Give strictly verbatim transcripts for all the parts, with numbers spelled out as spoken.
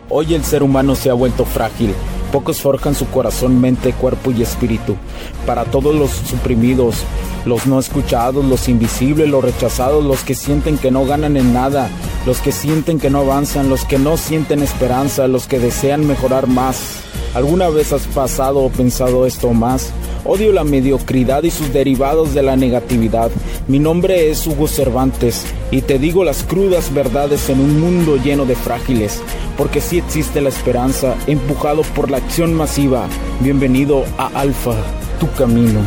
Hoy el ser humano se ha vuelto frágil. Pocos forjan su corazón, mente, cuerpo y espíritu. Para todos los suprimidos, los no escuchados, los invisibles, los rechazados, los que sienten que no ganan en nada, los que sienten que no avanzan, los que no sienten esperanza, los que desean mejorar más. ¿Alguna vez has pasado o pensado esto más? Odio la mediocridad y sus derivados de la negatividad. Mi nombre es Hugo Cervantes y te digo las crudas verdades en un mundo lleno de frágiles, porque sí existe la esperanza, empujado por la acción masiva. Bienvenido a Alfa, tu camino.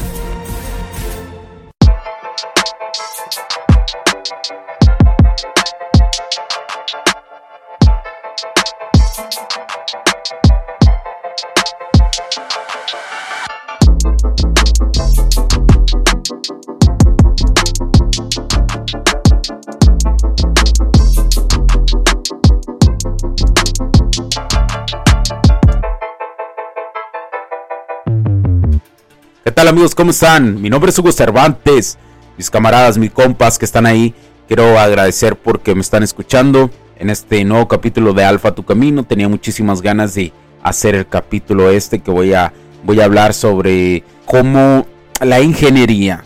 ¿Qué tal, amigos? ¿Cómo están? Mi nombre es Hugo Cervantes. Mis camaradas, mis compas que están ahí, quiero agradecer porque me están escuchando en este nuevo capítulo de Alfa Tu Camino. Tenía muchísimas ganas de hacer el capítulo este que voy a, voy a hablar sobre cómo la ingeniería,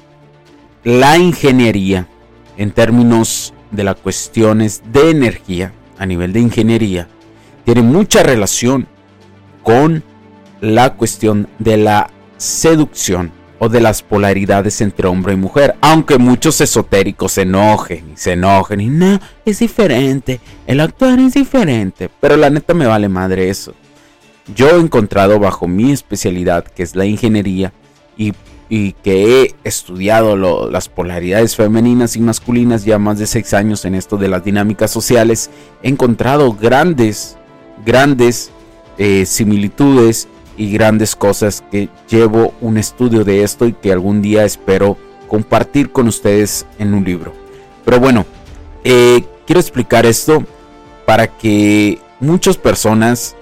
la ingeniería en términos de las cuestiones de energía, a nivel de ingeniería, tiene mucha relación con la cuestión de la seducción o de las polaridades entre hombre y mujer, aunque muchos esotéricos se enojen y se enojen y no, es diferente, el actuar es diferente, pero la neta me vale madre eso. Yo he encontrado bajo mi especialidad, que es la ingeniería, y, y que he estudiado lo, las polaridades femeninas y masculinas ya más de seis años en esto de las dinámicas sociales, he encontrado grandes, grandes eh, similitudes y grandes cosas que llevo un estudio de esto y que algún día espero compartir con ustedes en un libro. Pero bueno, eh, quiero explicar esto para que muchas personas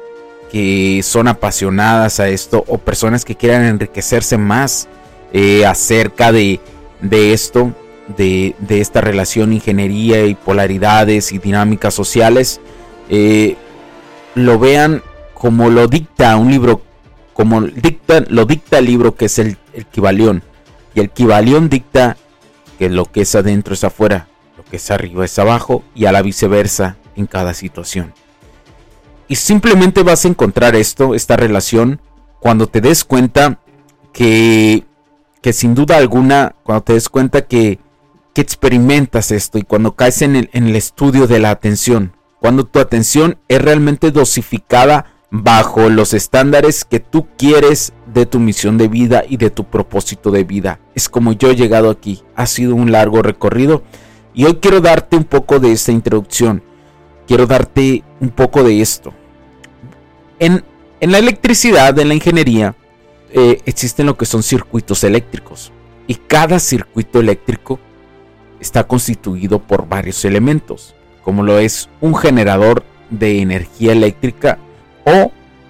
que son apasionadas a esto o personas que quieran enriquecerse más eh, acerca de, de esto, de, de esta relación ingeniería y polaridades y dinámicas sociales, eh, lo vean como lo dicta un libro, como dicta, lo dicta el libro que es el, el Kybalión. Y el Kybalión dicta que lo que es adentro es afuera, lo que es arriba es abajo y a la viceversa en cada situación. Y simplemente vas a encontrar esto, esta relación, cuando te des cuenta que, que sin duda alguna, cuando te des cuenta que, que experimentas esto y cuando caes en el, en el estudio de la atención, cuando tu atención es realmente dosificada bajo los estándares que tú quieres de tu misión de vida y de tu propósito de vida. Es como yo he llegado aquí. Ha sido un largo recorrido y hoy quiero darte un poco de esta introducción. Quiero darte un poco de esto. En, en la electricidad, en la ingeniería, eh, existen lo que son circuitos eléctricos. Y cada circuito eléctrico está constituido por varios elementos, como lo es un generador de energía eléctrica o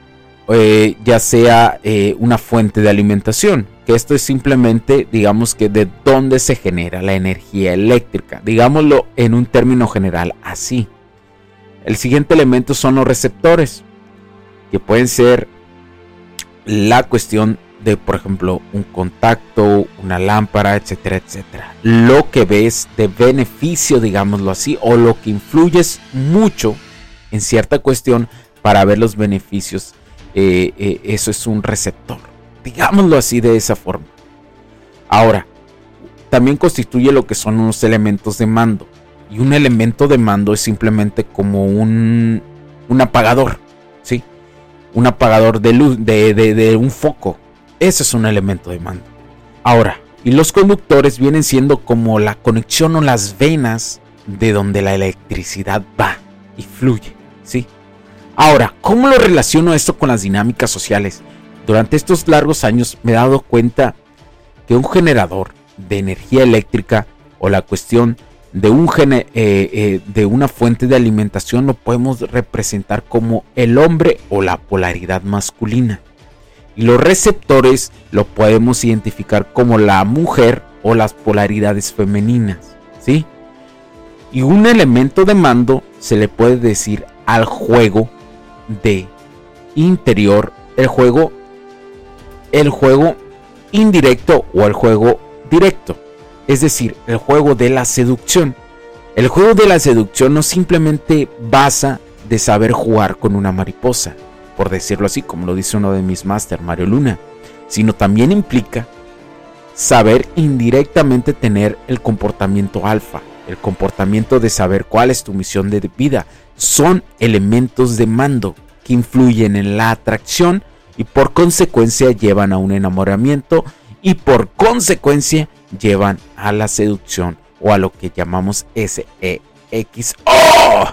eh, ya sea eh, una fuente de alimentación, que esto es simplemente, digamos que de dónde se genera la energía eléctrica, digámoslo en un término general así. El siguiente elemento son los receptores, que pueden ser la cuestión de, por ejemplo, un contacto, una lámpara, etcétera, etcétera. Lo que ves de beneficio, digámoslo así, o lo que influyes mucho en cierta cuestión para ver los beneficios, eh, eh, eso es un receptor, digámoslo así de esa forma. Ahora, también constituye lo que son unos elementos de mando, y un elemento de mando es simplemente como un, un apagador, ¿sí? Un apagador de luz, de, de, de un foco, ese es un elemento de mando. Ahora, y los conductores vienen siendo como la conexión o las venas de donde la electricidad va y fluye, ¿sí? Ahora, ¿cómo lo relaciono esto con las dinámicas sociales? Durante estos largos años me he dado cuenta que un generador de energía eléctrica o la cuestión de, un gene, eh, eh, de una fuente de alimentación lo podemos representar como el hombre o la polaridad masculina. Y los receptores lo podemos identificar como la mujer o las polaridades femeninas, ¿sí? Y un elemento de mando se le puede decir al juego de interior, el juego, el juego indirecto o el juego directo, es decir, el juego de la seducción. El juego de la seducción no simplemente basa de saber jugar con una mariposa, por decirlo así, como lo dice uno de mis máster, Mario Luna, sino también implica saber indirectamente tener el comportamiento alfa, el comportamiento de saber cuál es tu misión de vida. Son elementos de mando que influyen en la atracción y por consecuencia llevan a un enamoramiento y por consecuencia llevan a la seducción o a lo que llamamos S E X O.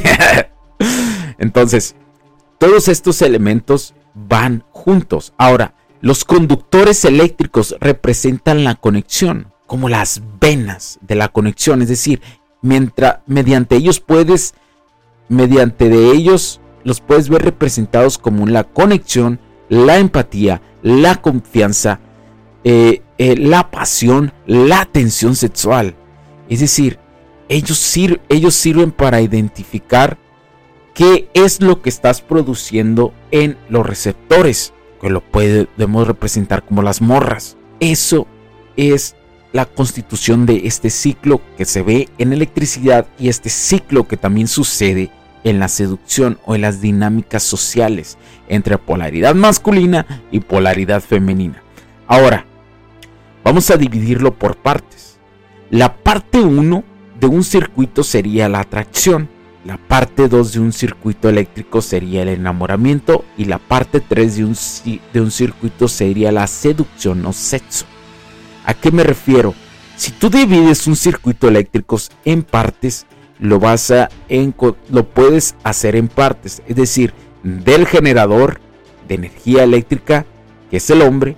Entonces, todos estos elementos van juntos. Ahora, los conductores eléctricos representan la conexión, como las venas de la conexión, es decir, mientras mediante ellos puedes, mediante de ellos los puedes ver representados como la conexión, la empatía, la confianza, eh, eh, la pasión, la tensión sexual. Es decir, ellos, sir- ellos sirven para identificar qué es lo que estás produciendo en los receptores, que lo podemos representar como las morras. Eso es la constitución de este ciclo que se ve en electricidad y este ciclo que también sucede en la seducción o en las dinámicas sociales entre polaridad masculina y polaridad femenina. Ahora, vamos a dividirlo por partes. La parte uno de un circuito sería la atracción, la parte dos de un circuito eléctrico sería el enamoramiento y la parte tres de un, de un circuito sería la seducción o sexo. ¿A qué me refiero? Si tú divides un circuito eléctrico en partes, lo, vas a, en, lo puedes hacer en partes, es decir, del generador de energía eléctrica, que es el hombre.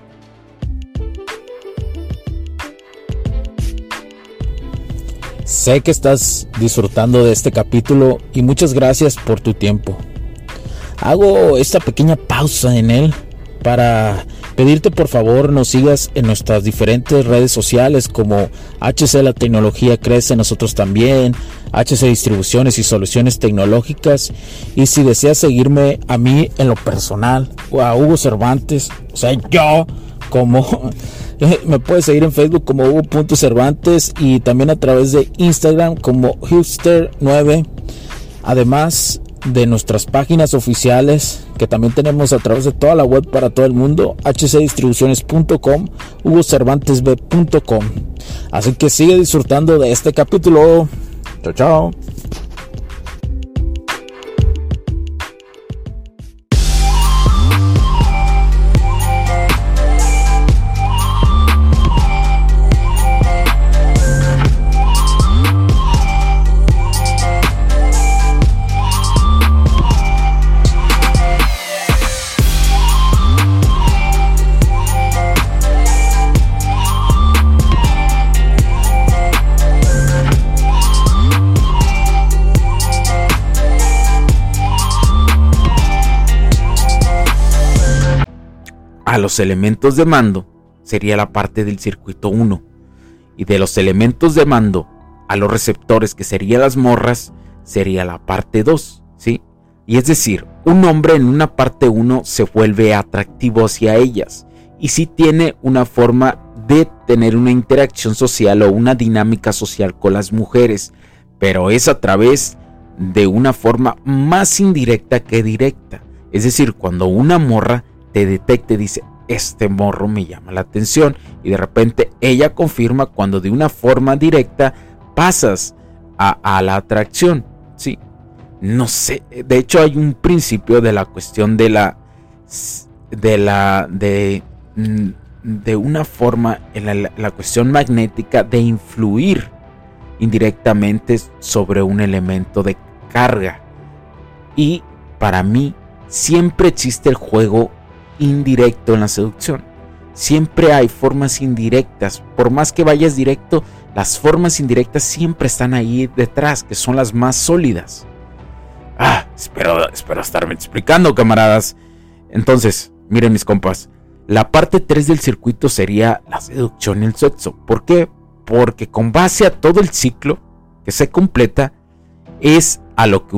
Sé que estás disfrutando de este capítulo y muchas gracias por tu tiempo. Hago esta pequeña pausa en él para pedirte por favor nos sigas en nuestras diferentes redes sociales como H C La Tecnología Crece, nosotros también, H C Distribuciones y Soluciones Tecnológicas. Y si deseas seguirme a mí en lo personal o a Hugo Cervantes, o sea yo como... me puedes seguir en Facebook como Hugo.Cervantes y también a través de Instagram como Hipster nueve. Además de nuestras páginas oficiales que también tenemos a través de toda la web para todo el mundo, h c distribuciones punto com, hugo cervantes b punto com. Así que sigue disfrutando de este capítulo. Chao, chao. A los elementos de mando sería la parte del circuito uno, y de los elementos de mando a los receptores, que serían las morras, sería la parte dos, ¿sí? Y es decir, un hombre en una parte uno se vuelve atractivo hacia ellas y sí tiene una forma de tener una interacción social o una dinámica social con las mujeres, pero es a través de una forma más indirecta que directa. Es decir, cuando una morra te detecta y dice, este morro me llama la atención, y de repente ella confirma cuando de una forma directa pasas a, a la atracción, ¿sí? No sé, de hecho hay un principio de la cuestión de la de la de, de una forma en la, la cuestión magnética de influir indirectamente sobre un elemento de carga, y para mí siempre existe el juego indirecto en la seducción. Siempre hay formas indirectas. Por más que vayas directo, las formas indirectas siempre están ahí detrás, que son las más sólidas. Ah, espero, espero estarme explicando, camaradas. Entonces, miren mis compas, la parte tres del circuito sería la seducción y el sexo. ¿Por qué? Porque con base a todo el ciclo que se completa, es a lo que un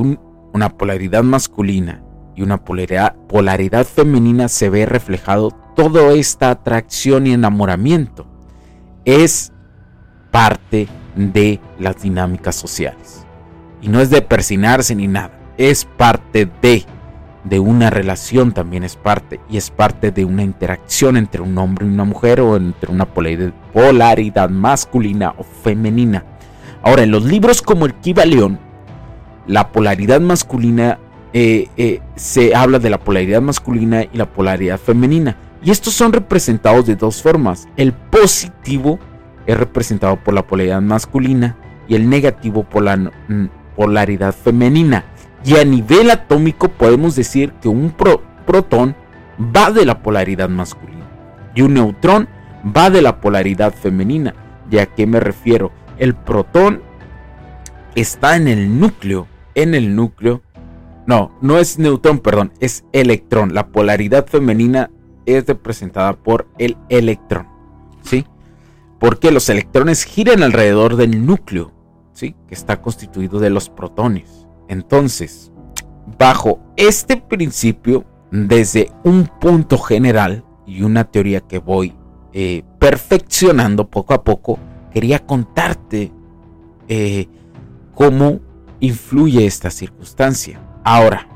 una polaridad masculina y una polaridad, polaridad femenina, se ve reflejado toda esta atracción y enamoramiento. Es parte de las dinámicas sociales. Y no es de persinarse ni nada. Es parte de, de una relación, también es parte. Y es parte de una interacción entre un hombre y una mujer, o entre una polaridad, polaridad masculina o femenina. Ahora, en los libros como el Kybalión, la polaridad masculina, eh, eh, se habla de la polaridad masculina y la polaridad femenina. Y estos son representados de dos formas. El positivo es representado por la polaridad masculina y el negativo por la mm, polaridad femenina. Y a nivel atómico podemos decir que un pro, protón va de la polaridad masculina y un neutrón va de la polaridad femenina. ¿Y a qué me refiero? El protón está en el núcleo, en el núcleo, no, no es neutrón, perdón, es electrón. La polaridad femenina es representada por el electrón, ¿sí? Porque los electrones giran alrededor del núcleo, ¿sí? Que está constituido de los protones. Entonces, bajo este principio, desde un punto general y una teoría que voy eh, perfeccionando poco a poco, quería contarte eh, cómo influye esta circunstancia. Ahora,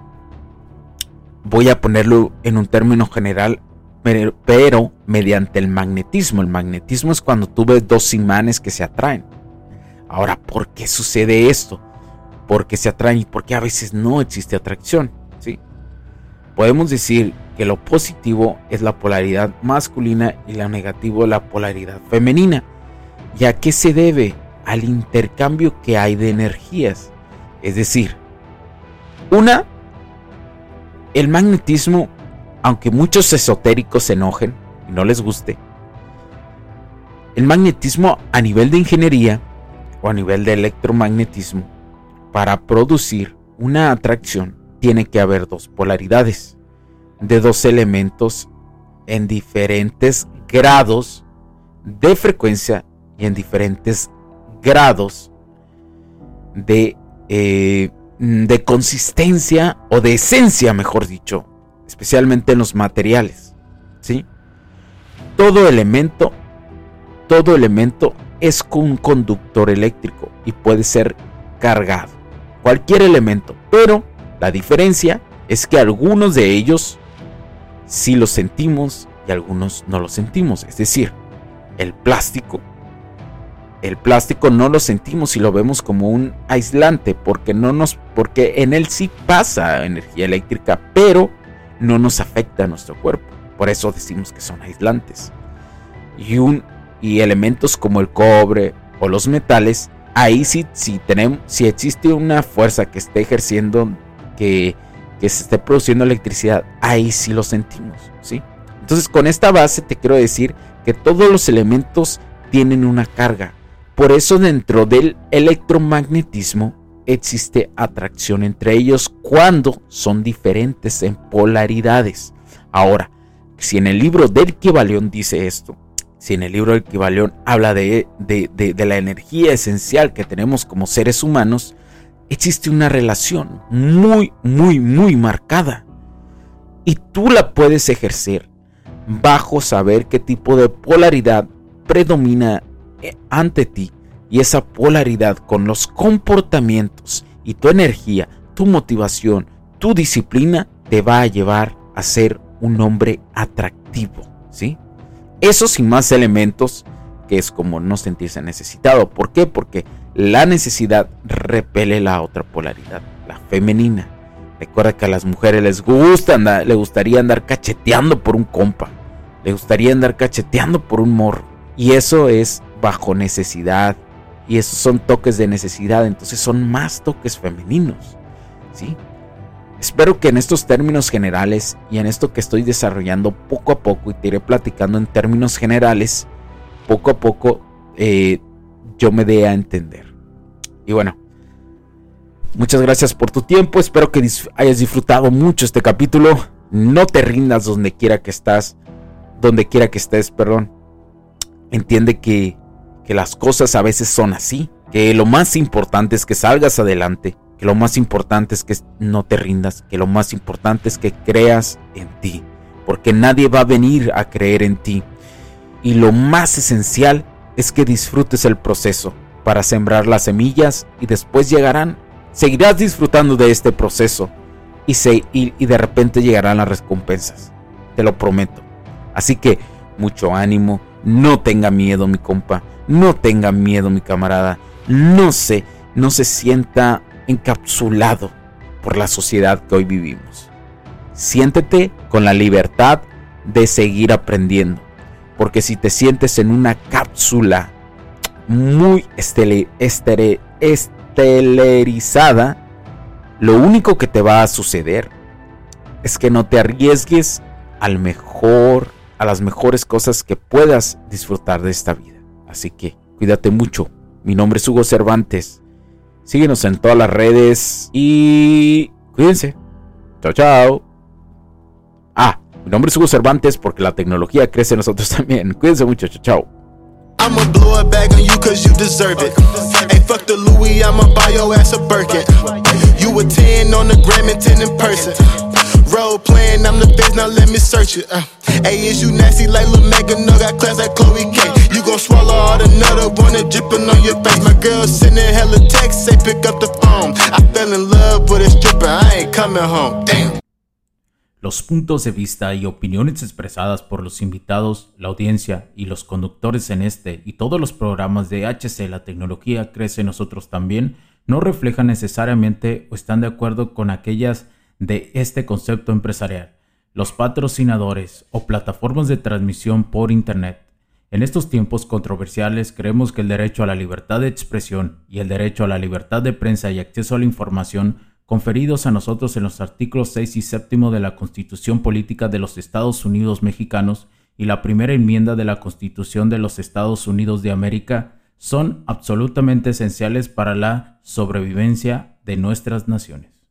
voy a ponerlo en un término general, pero, pero mediante el magnetismo. El magnetismo es cuando tú ves dos imanes que se atraen. Ahora, ¿por qué sucede esto? ¿Por qué se atraen y por qué a veces no existe atracción? ¿Sí? Podemos decir que lo positivo es la polaridad masculina y lo negativo la polaridad femenina. ¿Y a qué se debe? Al intercambio que hay de energías. Es decir, una, el magnetismo, aunque muchos esotéricos se enojen y no les guste, el magnetismo a nivel de ingeniería o a nivel de electromagnetismo, para producir una atracción tiene que haber dos polaridades de dos elementos en diferentes grados de frecuencia y en diferentes grados de, eh, de consistencia o de esencia, mejor dicho, especialmente en los materiales, ¿sí? Todo elemento, todo elemento es un conductor eléctrico y puede ser cargado, cualquier elemento, pero la diferencia es que algunos de ellos sí los sentimos y algunos no los sentimos. Es decir, el plástico, el plástico no lo sentimos y lo vemos como un aislante porque no nos, porque en él sí pasa energía eléctrica, pero no nos afecta a nuestro cuerpo. Por eso decimos que son aislantes. Y un y elementos como el cobre o los metales, ahí sí, sí tenemos, si existe una fuerza que esté ejerciendo, que, que se esté produciendo electricidad, ahí sí lo sentimos, ¿sí? Entonces, con esta base te quiero decir que todos los elementos tienen una carga. Por eso dentro del electromagnetismo existe atracción entre ellos cuando son diferentes en polaridades. Ahora, si en el libro del Kybalión dice esto, si en el libro del Kybalión habla de, de, de, de la energía esencial que tenemos como seres humanos, existe una relación muy, muy, muy marcada. Y tú la puedes ejercer bajo saber qué tipo de polaridad predomina ante ti. Y esa polaridad con los comportamientos y tu energía, tu motivación, tu disciplina, te va a llevar a ser un hombre atractivo, ¿sí? Esos y más elementos, que es como no sentirse necesitado. ¿Por qué? Porque la necesidad repele la otra polaridad, la femenina. Recuerda que a las mujeres les gusta andar, les gustaría andar cacheteando por un compa, les gustaría andar cacheteando por un morro. Y eso es bajo necesidad. Y esos son toques de necesidad, entonces son más toques femeninos, ¿sí? Espero que en estos términos generales y en esto que estoy desarrollando poco a poco y te iré platicando en términos generales, poco a poco eh, yo me dé a entender. Y bueno, muchas gracias por tu tiempo, espero que dis- hayas disfrutado mucho este capítulo. No te rindas donde quiera que estás, donde quiera que estés, perdón. Entiende que, que las cosas a veces son así, que lo más importante es que salgas adelante, que lo más importante es que no te rindas, que lo más importante es que creas en ti, porque nadie va a venir a creer en ti. Y lo más esencial es que disfrutes el proceso para sembrar las semillas y después llegarán, seguirás disfrutando de este proceso y, se, y, y de repente llegarán las recompensas, te lo prometo. Así que mucho ánimo, no tenga miedo mi compa, no tenga miedo mi camarada, no se, no se sienta encapsulado por la sociedad que hoy vivimos. Siéntete con la libertad de seguir aprendiendo, porque si te sientes en una cápsula muy estele, estere, estelerizada, lo único que te va a suceder es que no te arriesgues al mejor, a las mejores cosas que puedas disfrutar de esta vida. Así que cuídate mucho. Mi nombre es Hugo Cervantes. Síguenos en todas las redes y cuídense. Chao, chao. Ah, mi nombre es Hugo Cervantes porque la tecnología crece en nosotros también. Cuídense mucho. Chao, chao. I'ma blow it back on you cause you deserve it. Hey, fuck the Louis, I'ma buy your ass a Birkin. You a ten on the gram and ten in person. Role playing, I'm the best, now let me search it. Uh, hey, is you nasty like Lil Megan? No, got class like Chloe K. You gon' swallow all the nutter, one that drippin' on your face. My girl sending hella texts, say pick up the phone. I fell in love with a stripper, I ain't coming home. Damn. Los puntos de vista y opiniones expresadas por los invitados, la audiencia y los conductores en este y todos los programas de H C La Tecnología Crece en Nosotros También no reflejan necesariamente o están de acuerdo con aquellas de este concepto empresarial, los patrocinadores o plataformas de transmisión por Internet. En estos tiempos controversiales creemos que el derecho a la libertad de expresión y el derecho a la libertad de prensa y acceso a la información conferidos a nosotros en los artículos seis y séptimo de la Constitución Política de los Estados Unidos Mexicanos y la primera enmienda de la Constitución de los Estados Unidos de América son absolutamente esenciales para la sobrevivencia de nuestras naciones.